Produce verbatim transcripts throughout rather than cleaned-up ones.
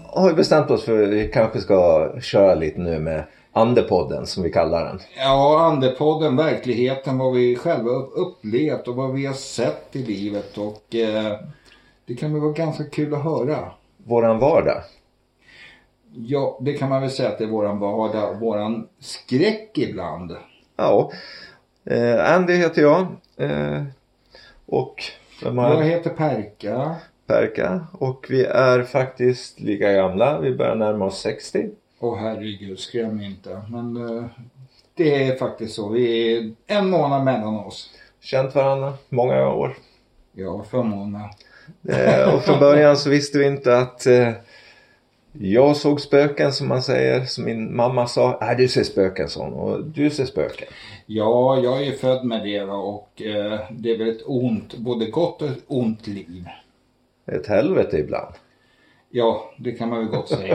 har vi bestämt oss för att vi kanske ska köra lite nu med Andepodden som vi kallar den. Ja, Andepodden, verkligheten, vad vi själva upplevt och vad vi har sett i livet. Och eh, det kan väl vara ganska kul att höra. Våran vardag. Ja, det kan man väl säga att det är våran vardag, våran skräck ibland. Ja, eh, Andy heter jag. Eh, och vem har... Jag heter Perka. Perka. Och vi är faktiskt lika gamla. Vi börjar närma oss sextio. Åh herregud, skräm inte. Men uh, det är faktiskt så. Vi är en månad mellan oss. Känt varandra många år. Ja, för månad. Eh, och från början så visste vi inte att eh, jag såg spöken, som man säger. Som min mamma sa, nej du ser spöken, sån. Och du ser spöken. Ja, jag är född med det och eh, det är väl ett ont, både gott och ett ont liv. Ett helvete ibland. Ja, det kan man väl gott säga.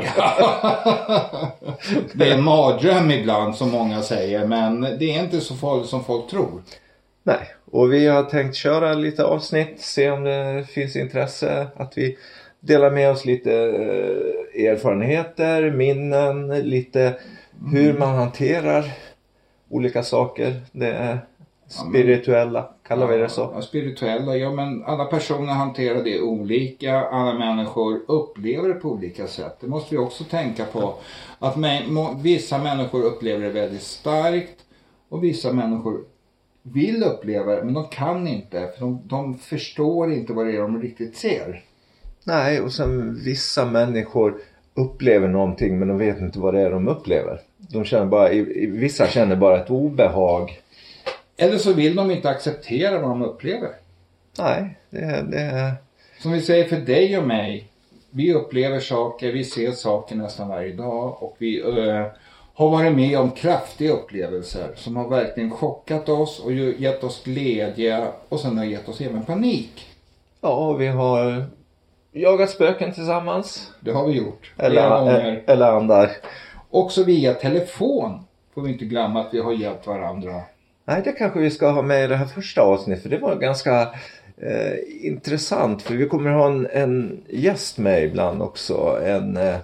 Det är en mardröm ibland, som många säger. Men det är inte så farligt som folk tror. Nej, och vi har tänkt köra lite avsnitt. Se om det finns intresse. Att vi delar med oss lite erfarenheter, minnen. Lite hur man hanterar olika saker. Det är spirituella, kallar vi det så. Ja, spirituella, ja, men alla personer hanterar det olika. Alla människor upplever det på olika sätt. Det måste vi också tänka på. Att mä- vissa människor upplever det väldigt starkt. Och vissa människor vill uppleva det, men de kan inte. För de, de förstår inte vad det är de riktigt ser. Nej, och sen vissa människor upplever någonting, men de vet inte vad det är de upplever. De känner bara, i, vissa känner bara ett obehag. Eller så vill de inte acceptera vad de upplever. Nej, det, det... Som vi säger för dig och mig. Vi upplever saker, vi ser saker nästan varje dag. Och vi uh, har varit med om kraftiga upplevelser. Som har verkligen chockat oss och gett oss glädje. Och sen har gett oss även panik. Ja, vi har jagat spöken tillsammans. Det har vi gjort. Eller, eller andra. Också via telefon. Får vi inte glömma att vi har hjälpt varandra. Nej, det kanske vi ska ha med i det här första avsnittet. För det var ganska eh, intressant. För vi kommer ha en, en gäst med ibland också. En eh,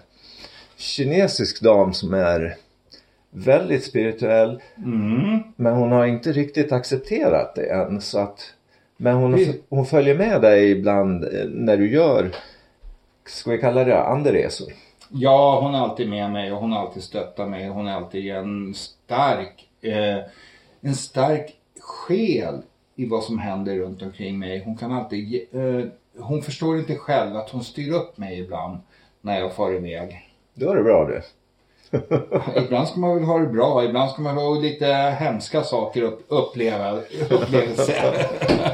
kinesisk dam som är väldigt spirituell. Mm. Men hon har inte riktigt accepterat det än. Så att, men hon, vi... hon följer med dig ibland när du gör, ska vi kalla det, anderesor. Ja, hon är alltid med mig och hon har alltid stöttat mig. Hon är alltid en stark... Eh, En stark själ i vad som händer runt omkring mig. Hon kan alltid... Eh, hon förstår inte själv att hon styr upp mig ibland när jag far iväg. Då är det bra det. Ibland ska man väl ha det bra. Ibland ska man ha lite hemska saker upp, uppleva. Upplevelser.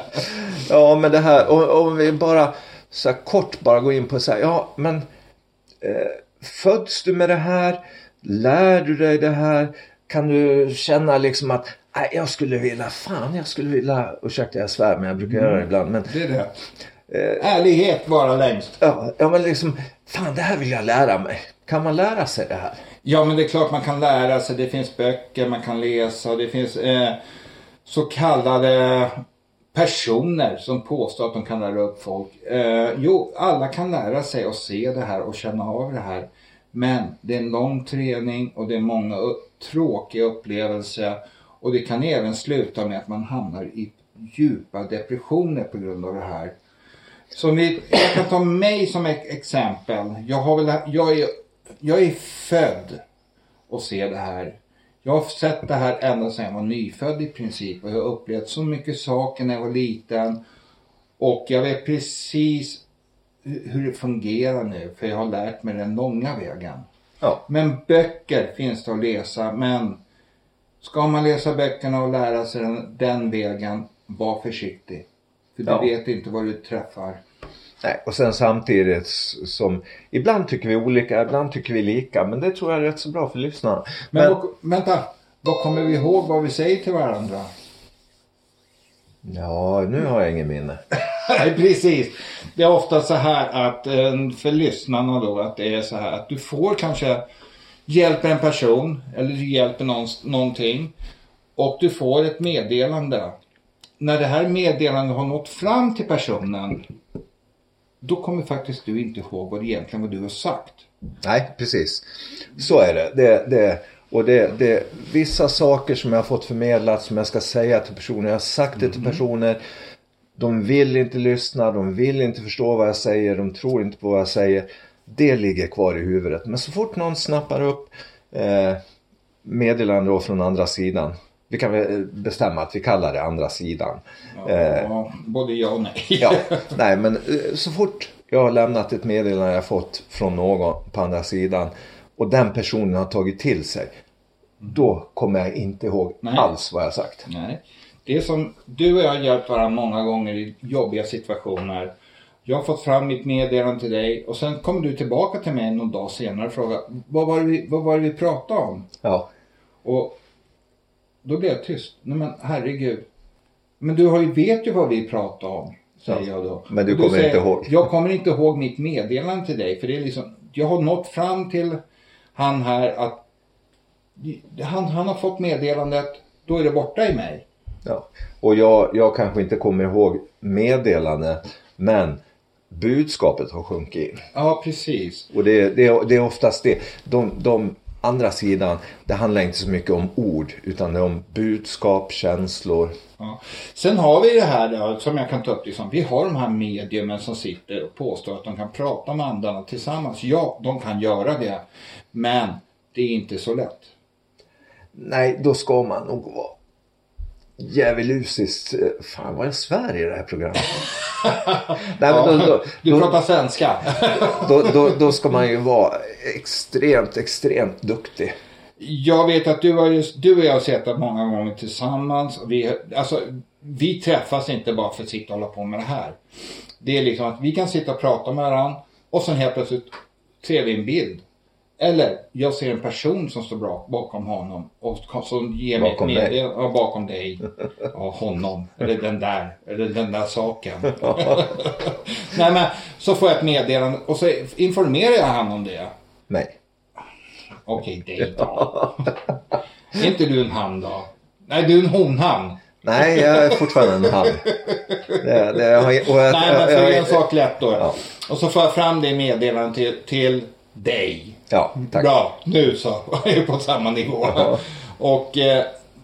Ja, men det här... Om vi bara så här kort bara går in på så här... Ja, men... Eh, föds du med det här? Lär du dig det här? Kan du känna liksom att nej, jag skulle vilja, fan jag skulle vilja, ursäkta jag svär men jag brukar mm. göra det ibland. Men, det är det. Eh, Ärlighet vara längst. Ja, ja, men liksom, fan det här vill jag lära mig. Kan man lära sig det här? Ja, men det är klart man kan lära sig. Det finns böcker man kan läsa. Det finns eh, så kallade personer som påstår att de kan lära upp folk. Eh, jo, alla kan lära sig och se det här och känna av det här. Men det är en lång träning och det är många tråkiga upplevelser. Och det kan även sluta med att man hamnar i djupa depressioner på grund av det här. Så vi, jag kan ta mig som ett exempel. Jag, har väl, jag, är, jag är född och ser det här. Jag har sett det här ända sedan jag var nyfödd i princip. Och jag har upplevt så mycket saker när jag var liten. Och jag vet precis hur det fungerar nu. För jag har lärt mig den långa vägen. Ja. Men böcker finns det att läsa. Men ska man läsa böckerna och lära sig den, den vägen, var försiktig. För du ja. vet inte vad du träffar. Nej, och sen samtidigt som ibland tycker vi olika, ibland tycker vi lika. Men det tror jag är rätt så bra för lyssnarna. Men, men vad, vänta, vad kommer vi ihåg vad vi säger till varandra? Ja, nu har jag ingen minne. Nej, precis. Det är ofta så här att för lyssnarna då, att det är så här att du får kanske hjälpa en person eller du hjälper någon, någonting och du får ett meddelande. När det här meddelandet har nått fram till personen, då kommer faktiskt du inte ihåg vad det egentligen vad du har sagt. Nej, precis. Så är det. det, det och det, det vissa saker som jag har fått förmedlat som jag ska säga till personer. Jag har sagt det till personer. De vill inte lyssna. De vill inte förstå vad jag säger. De tror inte på vad jag säger. Det ligger kvar i huvudet. Men så fort någon snappar upp eh, meddelande då från andra sidan. Vi kan väl bestämma att vi kallar det andra sidan. Ja, eh, både ja och nej. ja, nej, men så fort jag har lämnat ett meddelande jag fått från någon på andra sidan och den personen har tagit till sig, då kommer jag inte ihåg nej. alls vad jag sagt. Nej. Det är som du och jag har hjälpt varandra många gånger i jobbiga situationer. Jag har fått fram mitt meddelande till dig och sen kommer du tillbaka till mig någon dag senare och frågar vad var det vi, vad var det vi pratade om? Ja. Och då blir jag tyst. Nej men herregud. Men du har ju, vet ju vad vi pratar om, säger ja. jag då. Men du, du kommer säger, inte ihåg. Jag kommer inte ihåg mitt meddelande till dig. För det är liksom, jag har nått fram till han här att han, han har fått meddelandet, då är det borta i mig. Ja, och jag, jag kanske inte kommer ihåg meddelande, men budskapet har sjunkit in. Ja, precis. Och det, det, det är oftast det. De, de andra sidan, det handlar inte så mycket om ord, utan det är om budskap, känslor. Ja. Sen har vi det här då, som jag kan ta upp, liksom, vi har de här mediumen som sitter och påstår att de kan prata med andarna tillsammans. Ja, de kan göra det, men det är inte så lätt. Nej, då ska man nog vara djävulusiskt. Fan vad jag svär i det här programmet. Nej, ja, men då, då, du då, pratar svenska. då, då, då ska man ju vara extremt, extremt duktig. Jag vet att du, har just, du och jag har sett det många gånger tillsammans. Vi, alltså, vi träffas inte bara för att sitta och hålla på med det här. Det är liksom att vi kan sitta och prata med varandra och sen helt plötsligt ser vi en bild. Eller jag ser en person som står bra bakom honom och som ger mig bakom ett meddelande. Ja, bakom dig. Ja, honom. Eller den där. Eller den där saken. Nej, men så får jag ett meddelande och så informerar jag han om det. Nej. Okej, dig då. Är inte du en han då? Nej, du är en honhan. Nej, jag är fortfarande en han. Det, det, jag, och jag, Nej, men för jag, det är en sak lätt då. Ja. Och så får jag fram det meddelandet till, till dig. Ja, tack. Bra, nu så är jag på samma nivå. Ja. Och eh,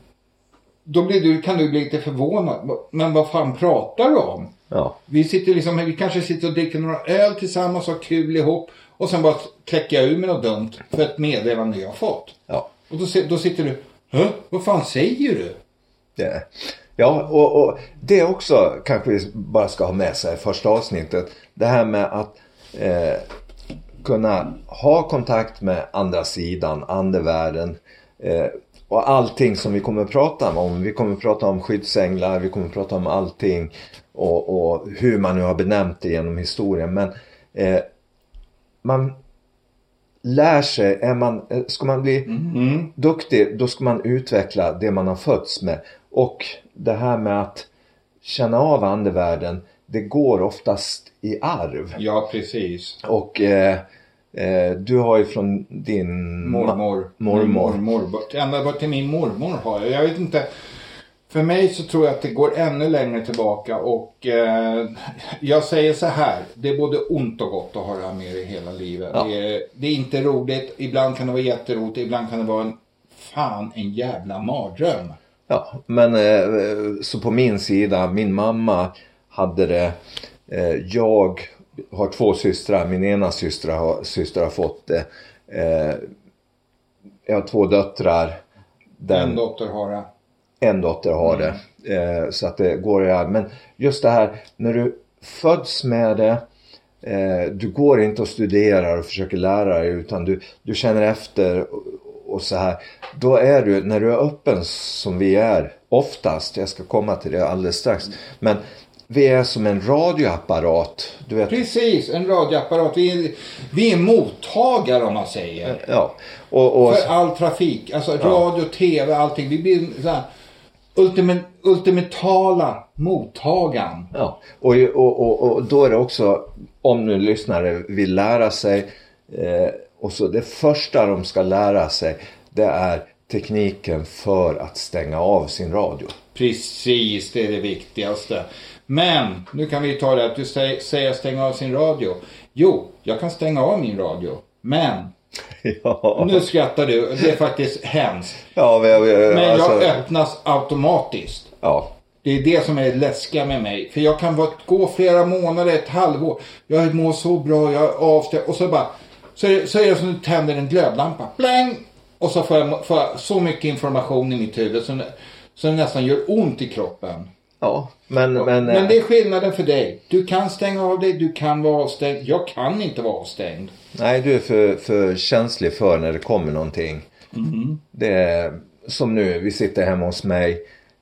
då blir du, kan du bli lite förvånad. Men vad fan pratar du om? Ja. Vi sitter liksom, vi kanske sitter och dricker några öl tillsammans och har kul ihop. Och sen bara kläcker jag ur med något dumt för ett meddelande jag har fått. Ja. Och då, då sitter du, hä? Vad fan säger du? Ja, ja och, och det också kanske vi bara ska ha med sig i första avsnittet. Det här med att eh, kunna ha kontakt med andra sidan, andevärlden. Eh, och allting som vi kommer att prata om. Vi kommer att prata om skyddsänglar, vi kommer att prata om allting. Och, och hur man nu har benämnt det genom historien. Men eh, man lär sig, är man, ska man bli mm. duktig, då ska man utveckla det man har fötts med. Och det här med att känna av andevärlden, det går oftast i arv. Ja, precis. Och eh, eh, du har ju från din mormor. mormor. mormor. Ända bara till min mormor har jag. Jag vet inte. För mig så tror jag att det går ännu längre tillbaka och eh, jag säger så här, det är både ont och gott att ha det här med i hela livet. Ja. Det, är, det är inte roligt, ibland kan det vara jätteroligt, ibland kan det vara en fan en jävla mardröm. Ja, men eh, så på min sida, min mamma hade det, eh, jag har två systrar, min ena systra har, syster har fått det. Eh, jag har två döttrar. Den, en dotter har det. En dotter har mm. det. Eh, så att det går i arv. Men just det här, när du föds med det, eh, du går inte och studerar och försöker lära dig, utan du, du känner efter och, och så här. Då är du, när du är öppen som vi är, oftast, jag ska komma till det alldeles strax, men vi är som en radioapparat. Du vet. Precis, en radioapparat. Vi är, vi är mottagare om man säger. Ja. Och, och, för all trafik. Alltså radio, ja. tv, allting. Vi blir så här ultim, ultimatala mottagaren. Ja, och, och, och, och då är det också, om nu lyssnare vill lära sig, eh, och så det första de ska lära sig, det är tekniken för att stänga av sin radio. Precis, det är det viktigaste. Men nu kan vi ta det att du säger, säger stänga av sin radio. Jo, jag kan stänga av min radio. Men ja. Nu skrattar du. Det är faktiskt hemskt. Ja, men jag, men jag alltså... öppnas automatiskt. Ja. Det är det som är läskiga med mig. För jag kan gå flera månader, ett halvår. Jag mår så bra, jag är avstängd. Och så bara, så är det, så är det som att du tänder en glödlampa. Bläng! Och så får jag, får jag så mycket information i mitt huvud så, så det nästan gör ont i kroppen. Ja, men... Men, men det är skillnaden för dig. Du kan stänga av dig, du kan vara avstängd. Jag kan inte vara avstängd. Nej, du är för, för känslig för när det kommer någonting. Mm. Det är som nu, vi sitter hemma hos mig.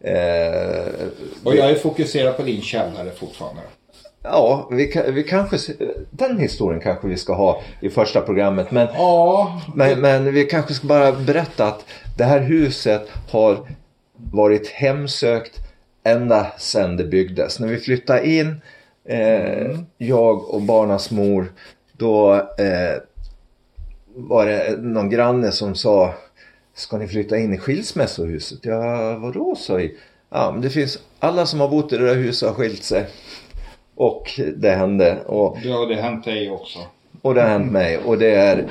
Eh, och jag är fokuserad på din källare fortfarande. Ja, vi, vi kanske, den historien kanske vi ska ha i första programmet. Men, ja, men, men vi kanske ska bara berätta att det här huset har varit hemsökt ända sedan det byggdes. När vi flyttade in, eh, mm. jag och barnas mor, då eh, var det någon granne som sa: ska ni flytta in i skilsmässohuset? Ja, vadå, sa vi. Ja, men det finns, alla som har bott i det där huset har skilt sig. Och det hände. Och, ja, det hänt dig också. Och det har hänt mig. Och det är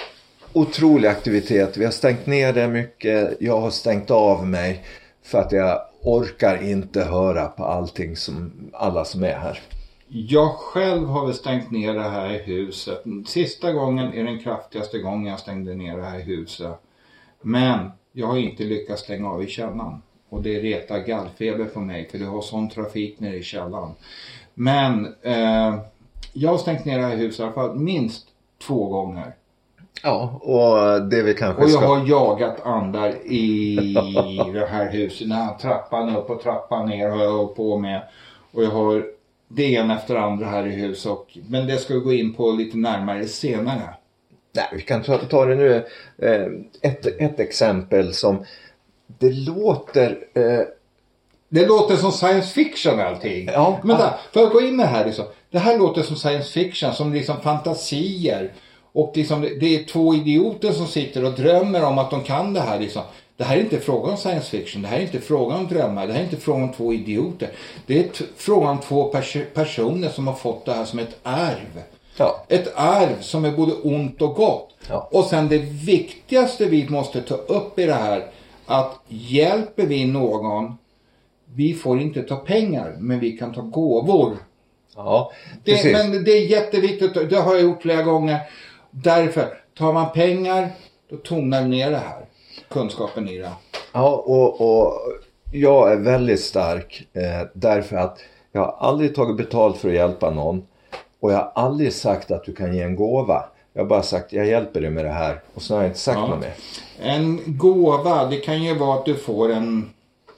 otrolig aktivitet. Vi har stängt ner det mycket. Jag har stängt av mig för att jag orkar inte höra på allting som alla som är här. Jag själv har väl stängt ner det här huset. Sista gången är den kraftigaste gången jag stängde ner det här huset. Men jag har inte lyckats stänga av i källan. Och det retar gallfeber på mig, för det har sån trafik nere i källan. Men eh, jag har stängt ner det här huset i alla fall minst två gånger. Ja, och det vi kanske Och jag ska... har jagat andar i det här huset. När trappan upp och trappan ner har jag hållit på med. Och jag har det en efter andra här i huset. Och, men det ska vi gå in på lite närmare senare. Nej, vi kan ta, ta det nu. Ett, ett exempel som det låter... Eh... Det låter som science fiction allting. Ja, men ja. Där, för att gå in med det här liksom. Det här låter som science fiction, som liksom fantasier. Och liksom, det är två idioter som sitter och drömmer om att de kan det här liksom. Det här är inte frågan om science fiction. Det här är inte frågan om drömmar. Det här är inte frågan om två idioter. Det är t- frågan om två pers- personer som har fått det här som ett arv. Ja. Ett arv som är både ont och gott. Ja. Och sen det viktigaste vi måste ta upp i det här. Att hjälper vi någon, vi får inte ta pengar, men vi kan ta gåvor. Ja, det, men det är jätteviktigt, det har jag gjort flera gånger. Därför, tar man pengar, då tonar ner det här. Kunskapen i det. Ja, och, och jag är väldigt stark eh, därför att jag har aldrig tagit betalt för att hjälpa någon. Och jag har aldrig sagt att du kan ge en gåva. Jag har bara sagt, jag hjälper dig med det här. Och så har jag inte sagt ja. något mer. En gåva, det kan ju vara att du får en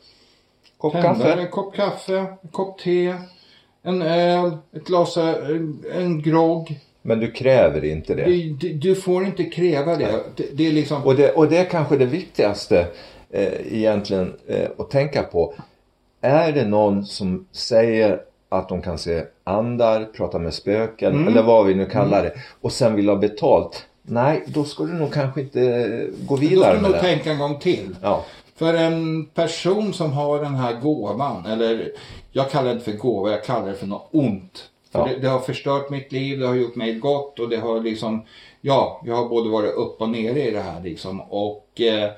kopp tändare, kaffe, en kopp kaffe, en kopp te, en öl, ett glas, en, en grogg. Men du kräver inte det. Du, du, du får inte kräva det. Det, det är liksom... och, det och det är kanske det viktigaste eh, egentligen eh, att tänka på. Är det någon som säger att de kan se andar, prata med spöken mm. eller vad vi nu kallar det, och sen vill ha betalt? Nej, då ska du nog kanske inte gå vidare med det. Då ska du nog tänka en gång till. Ja. För en person som har den här gåvan, eller jag kallar det för gåva, jag kallar det för något ont. För ja. det, det har förstört mitt liv, det har gjort mig gott, och det har liksom, ja, jag har både varit upp och ner i det här liksom. Och eh,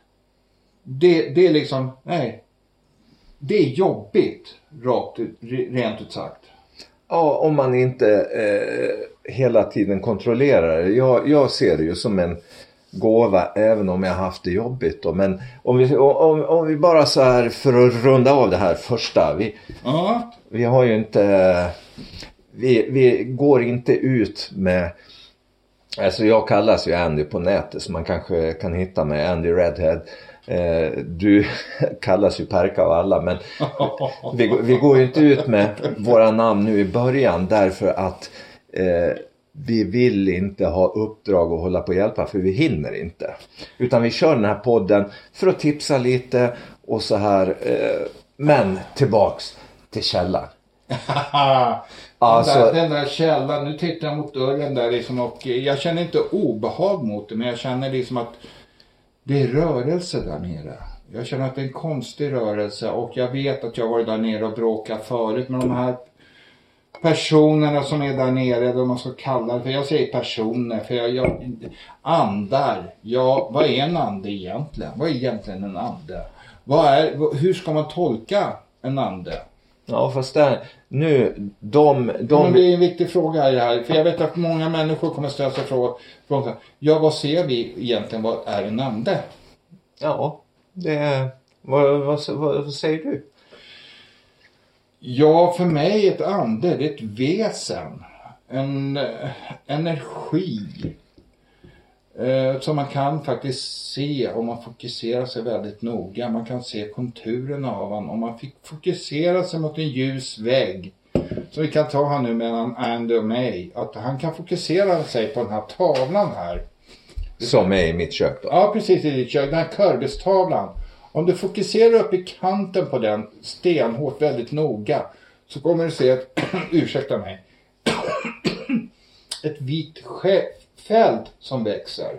det, det är liksom, nej, det är jobbigt, rakt ut, rent ut sagt. Ja, om man inte eh, hela tiden kontrollerar det. Jag, jag ser det ju som en gåva även om jag har haft det jobbigt då. Men om vi, om, om vi bara så här, för att runda av det här första. Vi, ja. vi har ju inte, vi, vi går inte ut med, alltså jag kallas ju Andy på nätet, så man kanske kan hitta mig, Andy Redhead. Eh, du kallas ju Perka av alla, men vi, vi går ju inte ut med våra namn nu i början därför att eh, vi vill inte ha uppdrag och hålla på och hjälpa, för vi hinner inte. Utan vi kör den här podden för att tipsa lite och så här. Eh, men tillbaks till källan. Alltså, den, där, den där källan, nu tittar jag mot dörren där liksom, och jag känner inte obehag mot det, men jag känner liksom att det är rörelse där nere. Jag känner att det är en konstig rörelse och jag vet att jag varit där nere och bråkat förut med de här personerna som är där nere, eller man ska kalla det, för jag säger personer, för jag, jag andar, ja, vad är en ande egentligen? Vad är egentligen en ande? Vad är, hur ska man tolka en ande? Ja, fast där, nu, de... de... Men det är en viktig fråga här, här, för jag vet att många människor kommer ställa sig frågan, ja, vad ser vi egentligen, vad är en ande? Ja, det är, vad, vad, vad, vad säger du? Ja, för mig ett ande, det är ett väsen, en energi eh, som man kan faktiskt se om man fokuserar sig väldigt noga. Man kan se konturerna av han. Om man fick fokusera sig mot en ljus vägg, så vi kan ta han nu mellan Andy och mig, att han kan fokusera sig på den här tavlan här. Som är i mitt kök då? Ja, precis i ditt kök, den här Kirby's-tavlan. Om du fokuserar upp i kanten på den stenhårt väldigt noga, så kommer du se ett, ursäkta mig, ett vitt fält som växer.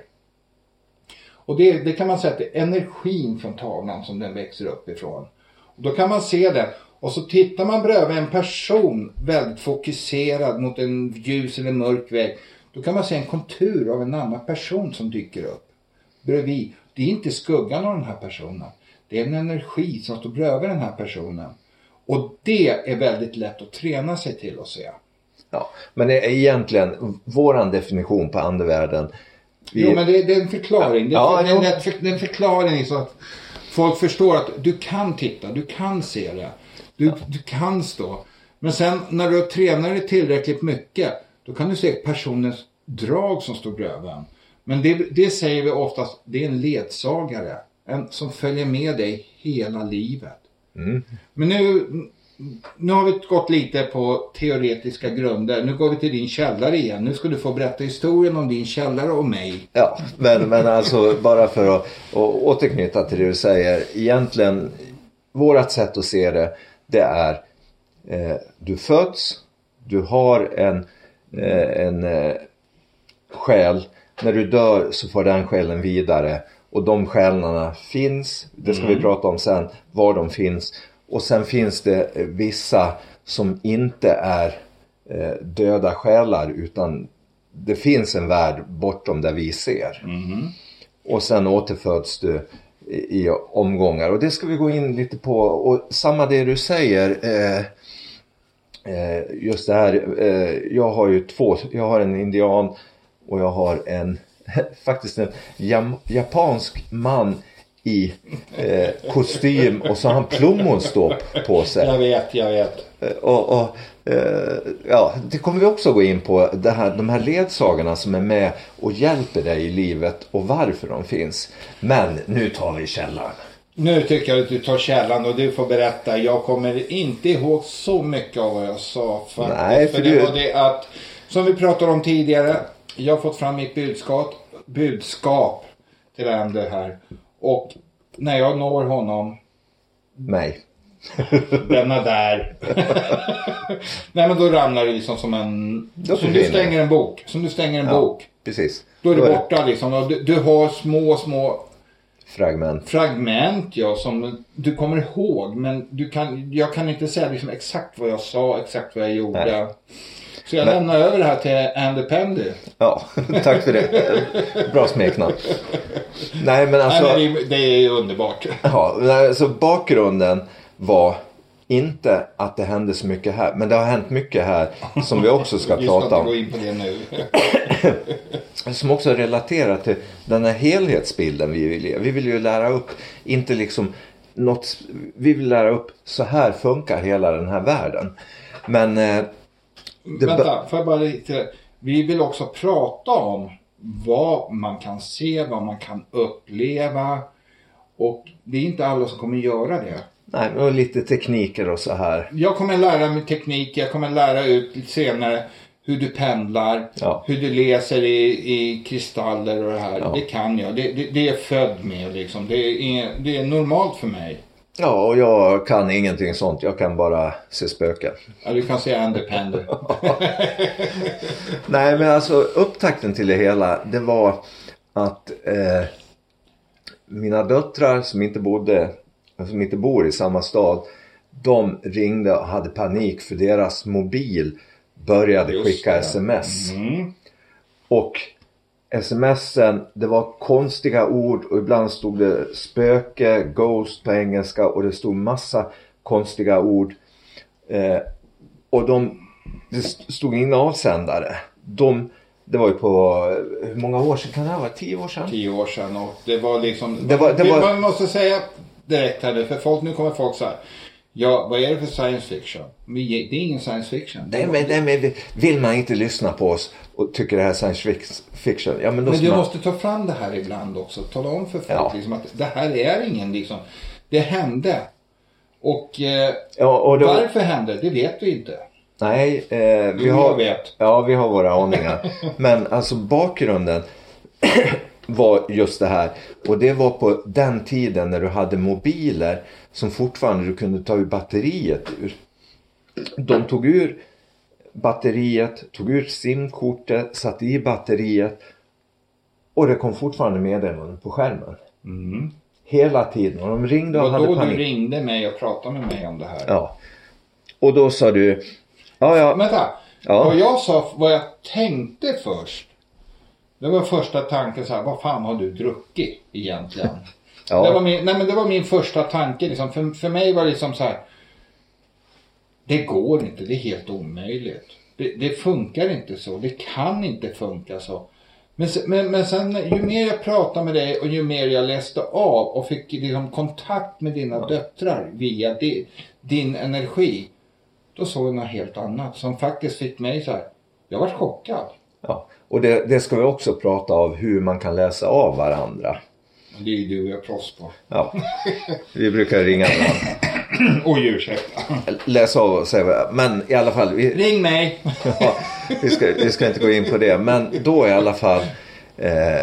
Och det, det kan man säga att det är energin från tavlan som den växer upp ifrån. Och då kan man se det. Och så tittar man bredvid en person väldigt fokuserad mot en ljus eller mörk vägg. Då kan man se en kontur av en annan person som dyker upp bredvid. Det är inte skuggan av den här personen. Det är en energi som står bredvid den här personen. Och det är väldigt lätt att träna sig till att se. Ja, men det är egentligen våran definition på andevärlden. Vi... Jo, men det, det är en förklaring. Ja, det, är, ja, det, är, det är en förklaring så att folk förstår att du kan titta, du kan se det. Du, ja. du kan stå. Men sen när du tränar det tillräckligt mycket, då kan du se personens drag som står bredvid. Men det, det säger vi oftast, det är en ledsagare. En som följer med dig hela livet. Mm. Men nu, nu har vi gått lite på teoretiska grunder. Nu går vi till din källare igen. Nu ska du få berätta historien om din källare och mig. Ja, men, men alltså bara för att, att återknyta till det du säger. Egentligen, vårat sätt att se det, det är eh, du föds, du har en, eh, en eh, själ. När du dör så får den själen vidare. Och de själarna finns, det ska mm. vi prata om sen, var de finns. Och sen finns det vissa som inte är eh, döda själar, utan det finns en värld bortom där vi ser. Mm. Och sen återföds du i, i omgångar. Och det ska vi gå in lite på. Och samma det du säger, eh, eh, just det här, eh, jag har ju två, jag har en indian och jag har en faktiskt en jam- japansk man i eh, kostym och så har han plommonstå på sig. Jag vet, jag vet. Och, och eh, ja, det kommer vi också gå in på, det här, de här ledsagarna som är med och hjälper dig i livet och varför de finns. Men nu tar vi källan. Nu tycker jag att du tar källan och du får berätta. Jag kommer inte ihåg så mycket av vad jag sa. För, Nej, för, för du... det var det att, som vi pratade om tidigare, jag har fått fram mitt budskap, budskap till Andy här. Och när jag når honom... Nej. Denna där. Nej, men då ramlar det liksom som en... Då som du stänger en bok. Som du stänger en ja, bok. Precis. Då är det borta liksom. Och du, du har små, små... Fragment. Fragment, ja, som du kommer ihåg. Men du kan, jag kan inte säga liksom exakt vad jag sa, exakt vad jag gjorde. Nej. Så jag men... lämnar över det här till Andy Pendy. Ja, tack för det. Bra smeknamn. Nej, men alltså... Nej, men det, det är underbart. Ja, alltså bakgrunden var inte att det hände så mycket här. Men det har hänt mycket här som vi också ska vi prata ska om. Gå in på det nu. Som också relaterar till den här helhetsbilden vi vill ge. Vi vill ju lära upp, inte liksom något... Vi vill lära upp, så här funkar hela den här världen. Men... Eh, Det Vänta, får jag bara lite... Vi vill också prata om vad man kan se, vad man kan uppleva. Och det är inte alla som kommer göra det. Nej, men lite tekniker och så här. Jag kommer lära mig teknik, jag kommer lära ut lite senare hur du pendlar, ja. hur du läser i, i kristaller och det här. Ja. Det kan jag, det, det, det är jag född med liksom. Det är, det är normalt för mig. Ja, och jag kan ingenting sånt. Jag kan bara se spöken. Ja, du kan se independent. Nej, men alltså upptakten till det hela, det var att eh, mina döttrar som inte bodde, som inte bor i samma stad, de ringde och hade panik för deras mobil började Just skicka det. sms. Mm. Och smsen, det var konstiga ord och ibland stod det spöke, ghost på engelska och det stod massa konstiga ord. Eh, och de, det stod inga avsändare. De, det var ju på, hur många år sedan kan det vara? Tio år sedan? Tio år sedan och det var liksom, det var, det man, var, man måste säga direkt här för folk, nu kommer folk så här. Ja, vad är det för science fiction? Det är ingen science fiction. Nej, men, nej, men vill man inte lyssna på oss och tycker det här är science fiction. Ja, men då men du man... måste ta fram det här ibland också. Tala om för folk ja. liksom, att det här är ingen liksom. Det hände. Och, eh, ja, och då... varför hände? Det vet vi inte. Nej, eh, vi, jo, har, vet. Ja, vi har våra aningar. Men alltså bakgrunden var just det här. Och det var på den tiden när du hade mobiler som fortfarande du kunde ta ur batteriet ur. De tog ur batteriet, tog ur simkortet, satte i batteriet och det kom fortfarande meddelanden på skärmen. Mm. Hela tiden. Och de ringde och och hade då panik. du ringde mig och pratade med mig om det här. Ja. Och då sa du... Ja, ja. Vänta. Ja. Vad jag sa, vad jag tänkte först. Det var första tanken så här, vad fan har du druckit egentligen? Ja. Det var min, nej men det var min första tanke liksom. För, för mig var det liksom så här. Det går inte, det är helt omöjligt. Det, det funkar inte så, det kan inte funka så. Men, men, men sen ju mer jag pratade med dig och ju mer jag läste av och fick liksom kontakt med dina ja. döttrar via di, din energi. Då såg jag något helt annat som faktiskt fick mig så här. Jag var chockad. Ja, och det, det ska vi också prata av hur man kan läsa av varandra. Det är ju du och jag proffs på. Ja, vi brukar ringa varandra. Oj, ursäkta. Läsa av och säga, men i alla fall. Vi, Ring mig! Ja, vi, ska, vi ska inte gå in på det, men då i alla fall. Eh,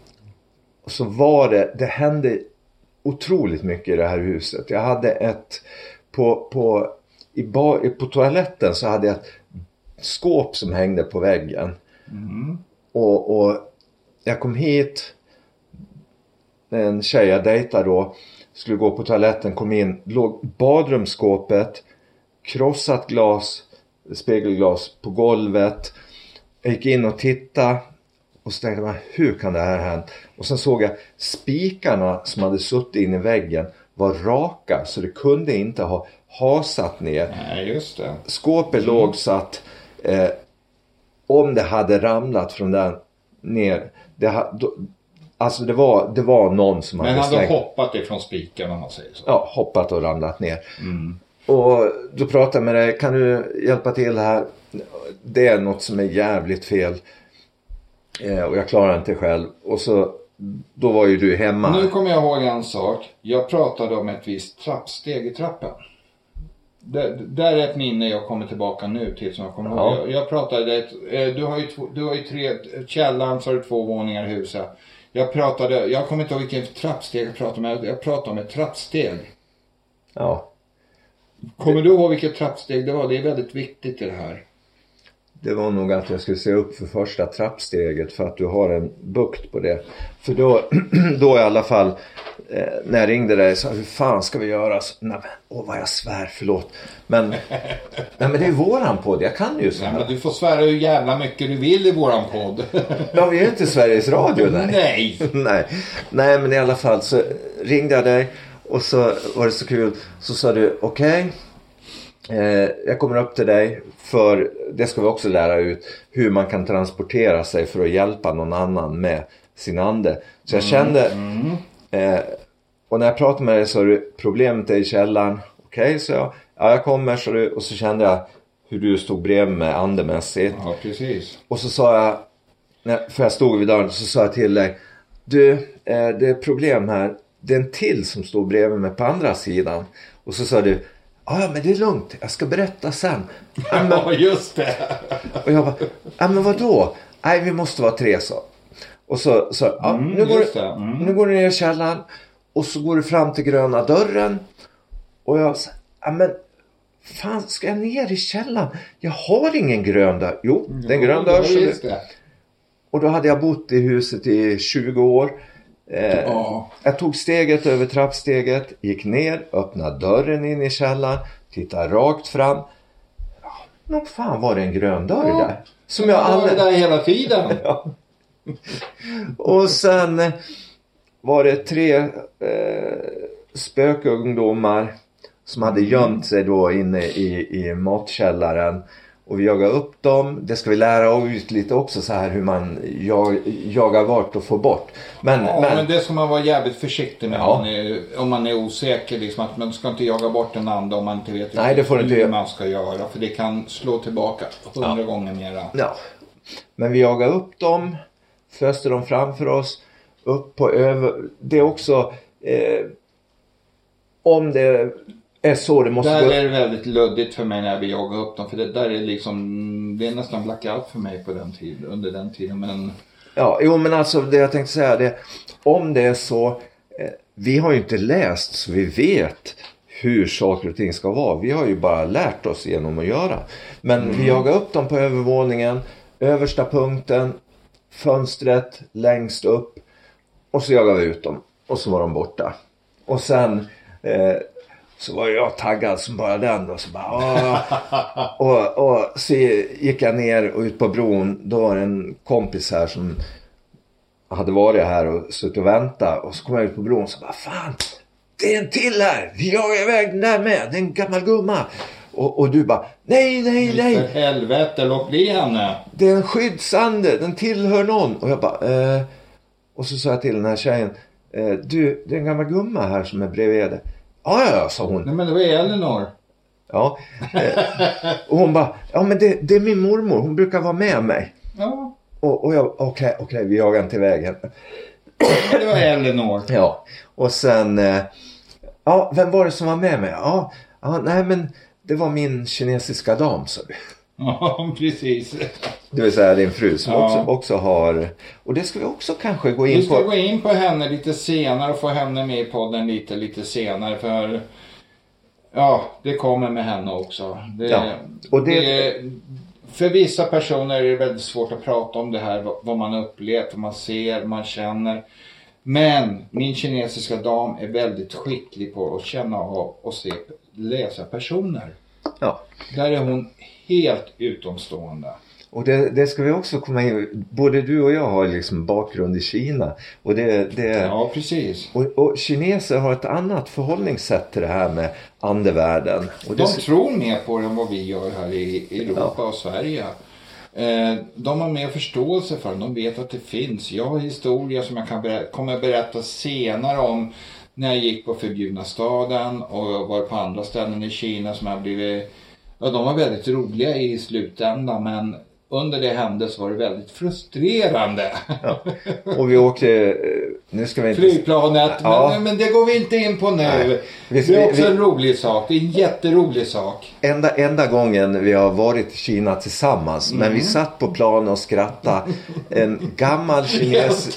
så var det, det hände otroligt mycket i det här huset. Jag hade ett, på, på, i bar, på toaletten så hade jag ett skåp som hängde på väggen. Mm. Och, och jag kom hit, en tjej jag dejtade då, skulle gå på toaletten, kom in, låg badrumsskåpet, krossat glas, spegelglas på golvet. Jag gick in och tittade och så tänkte jag, hur kan det här hända? Och sen såg jag spikarna som hade suttit in i väggen var raka så det kunde inte ha hasat ner. Nej, just det. Skåpet mm. låg så att eh, om det hade ramlat från den ner, det ha, då, alltså det var, det var någon som men hade hade slängt, hoppat ifrån spikarna om man säger så. Ja, hoppat och ramlat ner. Mm. Och då pratade jag med dig, kan du hjälpa till här? Det är något som är jävligt fel. Eh, och jag klarar inte själv. Och så, då var ju du hemma. Nu kommer jag ihåg en sak. Jag pratade om ett visst trappsteg i trappen. Det, där är ett minne jag kommer tillbaka nu till som jag kommer ja. ihåg. Jag, jag pratade, ett, eh, du har ju, två, du har ju tre, källaren så har du två våningar i huset. Jag pratade, jag kommer inte ihåg vilken trappsteg jag pratade med. Jag pratade om ett trappsteg. Ja. Kommer du ihåg vilket trappsteg det var? Det är väldigt viktigt i det här. Det var nog att jag skulle se upp för första trappsteget för att du har en bukt på det. För då, då i alla fall, eh, när jag ringde dig så hur fan ska vi göra? Så, nej, men, åh vad jag svär, förlåt. Men, nej, men det är våran podd, jag kan ju så här. Nej, men du får svära hur jävla mycket du vill i våran podd. Ja, vi är inte Sveriges Radio, nej. Nej. nej. Nej, men i alla fall så ringde jag dig och så var det så kul. Så sa du, okej. Okay. Eh, jag kommer upp till dig för det ska vi också lära ut hur man kan transportera sig för att hjälpa någon annan med sin ande. Så jag kände mm, mm. Eh, och när jag pratade med dig så du problemet är i källaren. Okej, okay, så jag, ja jag kommer så du, och så kände jag hur du stod bredvid med andemässigt. Ja, precis. Och så sa jag, när, för jag stod vid dörren, så sa jag till dig, du, eh, det är problem här. Det är en till som står bredvid mig på andra sidan. Och så sa du, ja men det är lugnt, jag ska berätta sen. Ja, men, just det. Och jag bara, ja men vadå? Nej, vi måste vara tre så. Och så, så ja, mm, nu, går du, mm. nu går du ner i källaren. Och så går du fram till gröna dörren. Och jag sa, ja men fan ska jag ner i källaren? Jag har ingen grön dörr. Jo, det är en grön dörr. Ja, just det. Och då hade jag bott i huset i tjugo år. Eh, Ja. Jag tog steget över trappsteget, gick ner, öppnade dörren in i källaren, tittade rakt fram. Ja, nog fan var det en grön dörr Ja. där. Som jag Jag var aldrig... där hela tiden. Ja. Och sen eh, var det tre eh, spökungdomar som hade gömt sig då inne i, i matkällaren. Och vi jagade upp dem. Det ska vi lära ut lite också så här hur man jag, jagar vart och får bort. Men, Ja, men, men det ska man vara jävligt försiktig med Ja. om, man är, om man är osäker. Liksom, att man ska inte jaga bort den andra om man inte vet Nej, det får du inte hur göra. man ska göra. För det kan slå tillbaka hundra Ja. gånger mera. ja. Men vi jagade upp dem. Föste dem framför oss. Upp på över... Det är också... Eh, om det är så det måste Där gå... är det väldigt luddigt för mig när vi jagar upp dem. För det där är liksom... Det är nästan blackout för mig på den tiden, under den tiden. Men... Ja, jo men alltså det jag tänkte säga det. Om det är så... Eh, vi har ju inte läst så vi vet hur saker och ting ska vara. Vi har ju bara lärt oss genom att göra. Men mm. vi jagar upp dem på övervåningen. Översta punkten. Fönstret längst upp. Och så jagade vi ut dem. Och så var de borta. Och sen... Eh, så var jag taggad som bara den och så bara och, och så gick jag ner och ut på bron. Då var det en kompis här som hade varit här och suttit och väntat. Och så kom jag ut på bron och så bara fan, det är en till här. Vi jagar iväg den där med. Det är en gammal gumma. Och, och du bara nej, nej, nej. För helvete, låt bli henne. Det är en skyddsande, den tillhör någon. Och jag bara eh. och så sa jag till den här tjejen eh, du, det är en gammal gumma här som är bredvid dig. Ja, ja, sa hon. Nej, men det var Elinor. Ja. Eh, och hon bara, ja men det, det är min mormor. Hon brukar vara med mig. Ja. Och, och jag, okej, okay, okej, okay, vi jagar inte iväg henne. Det var Elinor. Ja, och sen, eh, ja, vem var det som var med mig? Ja, ja, nej men det var min kinesiska dam, sa du. Ja, precis. Det vill säga din fru som ja. också, också har, och det ska vi också kanske gå in på. Vi ska på. gå in på henne lite senare och få henne med i podden lite, lite senare för ja, det kommer med henne också. Det, ja. Och det... det, för vissa personer är det väldigt svårt att prata om det här, vad man har upplevt, vad man ser, vad man känner. Men min kinesiska dam är väldigt skicklig på att känna av och se, läsa personer. Ja. Där är hon helt utomstående. Och det, det ska vi också komma in. Både du och jag har liksom bakgrund i Kina. Och det, det, ja, precis. Och, och kineser har ett annat förhållningssätt till det här med andevärlden. Och det... De tror mer på det än vad vi gör här i Europa ja. och Sverige. Eh, de har mer förståelse för det. De vet att det finns. Jag har historia som jag kan berätta, kommer berätta senare om när jag gick på förbjudna staden och var på andra ställen i Kina som har blivit... Ja, de var väldigt roliga i slutändan, men under det hände så var det väldigt frustrerande. Ja. Och vi åkte... Nu ska vi inte... Flygplanet, ja. men, men det går vi inte in på nu. Nej. Vi, det är också vi, en rolig sak. Det är en jätterolig sak. Enda, enda gången vi har varit i Kina tillsammans. Mm. Men vi satt på plan och skrattade. En gammal kines...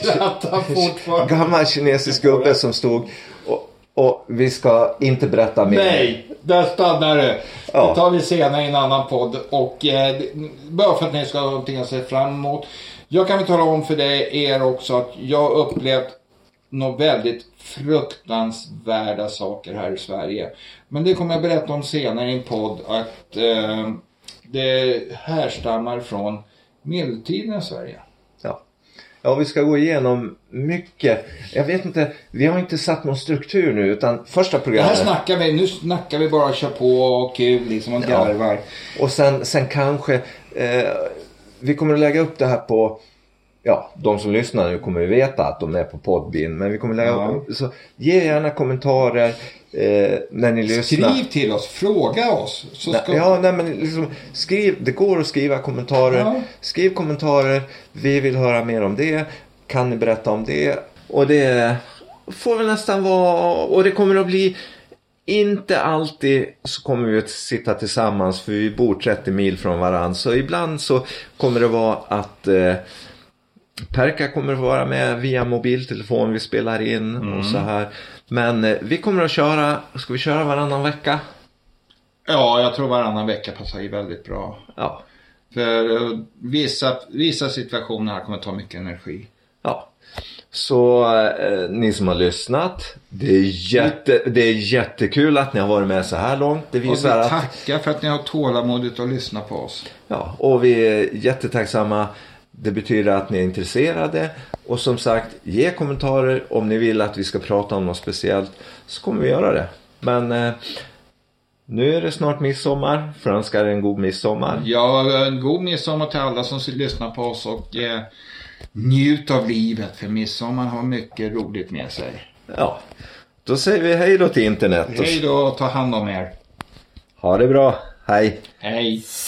gammal kinesisk gubbe som stod... Och, och vi ska inte berätta mer. Nej, där stannar det. Ja. Det tar vi senare i en annan podd. Och eh, bara för att ni ska ha någonting att se fram emot. Jag kan väl tala om för dig, er också, att jag har upplevt något väldigt fruktansvärda saker här i Sverige. Men det kommer jag berätta om senare i en podd. Att eh, det härstammar från medeltiden i Sverige. Ja. Ja, vi ska gå igenom mycket. Jag vet inte, vi har inte satt någon struktur nu, utan första programmet... Det här snackar vi, nu snackar vi bara, kör på och kul liksom och garvar. Ja. Och sen, sen kanske, eh, vi kommer att lägga upp det här på, ja, de som lyssnar nu kommer ju veta att de är på Podbean, men vi kommer lägga ja. upp, så ge gärna kommentarer eh, när ni lyssnar. Skriv till oss, fråga oss. Så ska... nej, ja, nej men liksom, skriv, det går att skriva kommentarer. Ja. Skriv kommentarer, vi vill höra mer om det. Kan ni berätta om det? Och det får väl nästan vara, och det kommer att bli, inte alltid så kommer vi att sitta tillsammans för vi bor trettio mil från varann. Så ibland så kommer det vara att eh, Perka kommer att vara med via mobiltelefon, vi spelar in mm. och så här. Men eh, vi kommer att köra, ska vi köra varannan vecka? Ja, jag tror varannan vecka passar ju väldigt bra. Ja. För uh, vissa, vissa situationer här kommer att ta mycket energi. Ja. Så eh, ni som har lyssnat, det är, jätte, det är jättekul att ni har varit med så här långt. Det visar och vi att, tackar för att ni har tålamodigt att lyssna på oss. ja, och vi är jättetacksamma. Det betyder att ni är intresserade. Och som sagt, ge kommentarer om ni vill att vi ska prata om något speciellt, så kommer vi göra det. Men eh, nu är det snart midsommar. För önskar en god midsommar. Ja, en god midsommar till alla som lyssnar på oss. Och eh, njut av livet. För midsommar har mycket roligt med sig. Ja, då säger vi hej då till internet. Hej då, ta hand om er. Ha det bra, hej. Hej.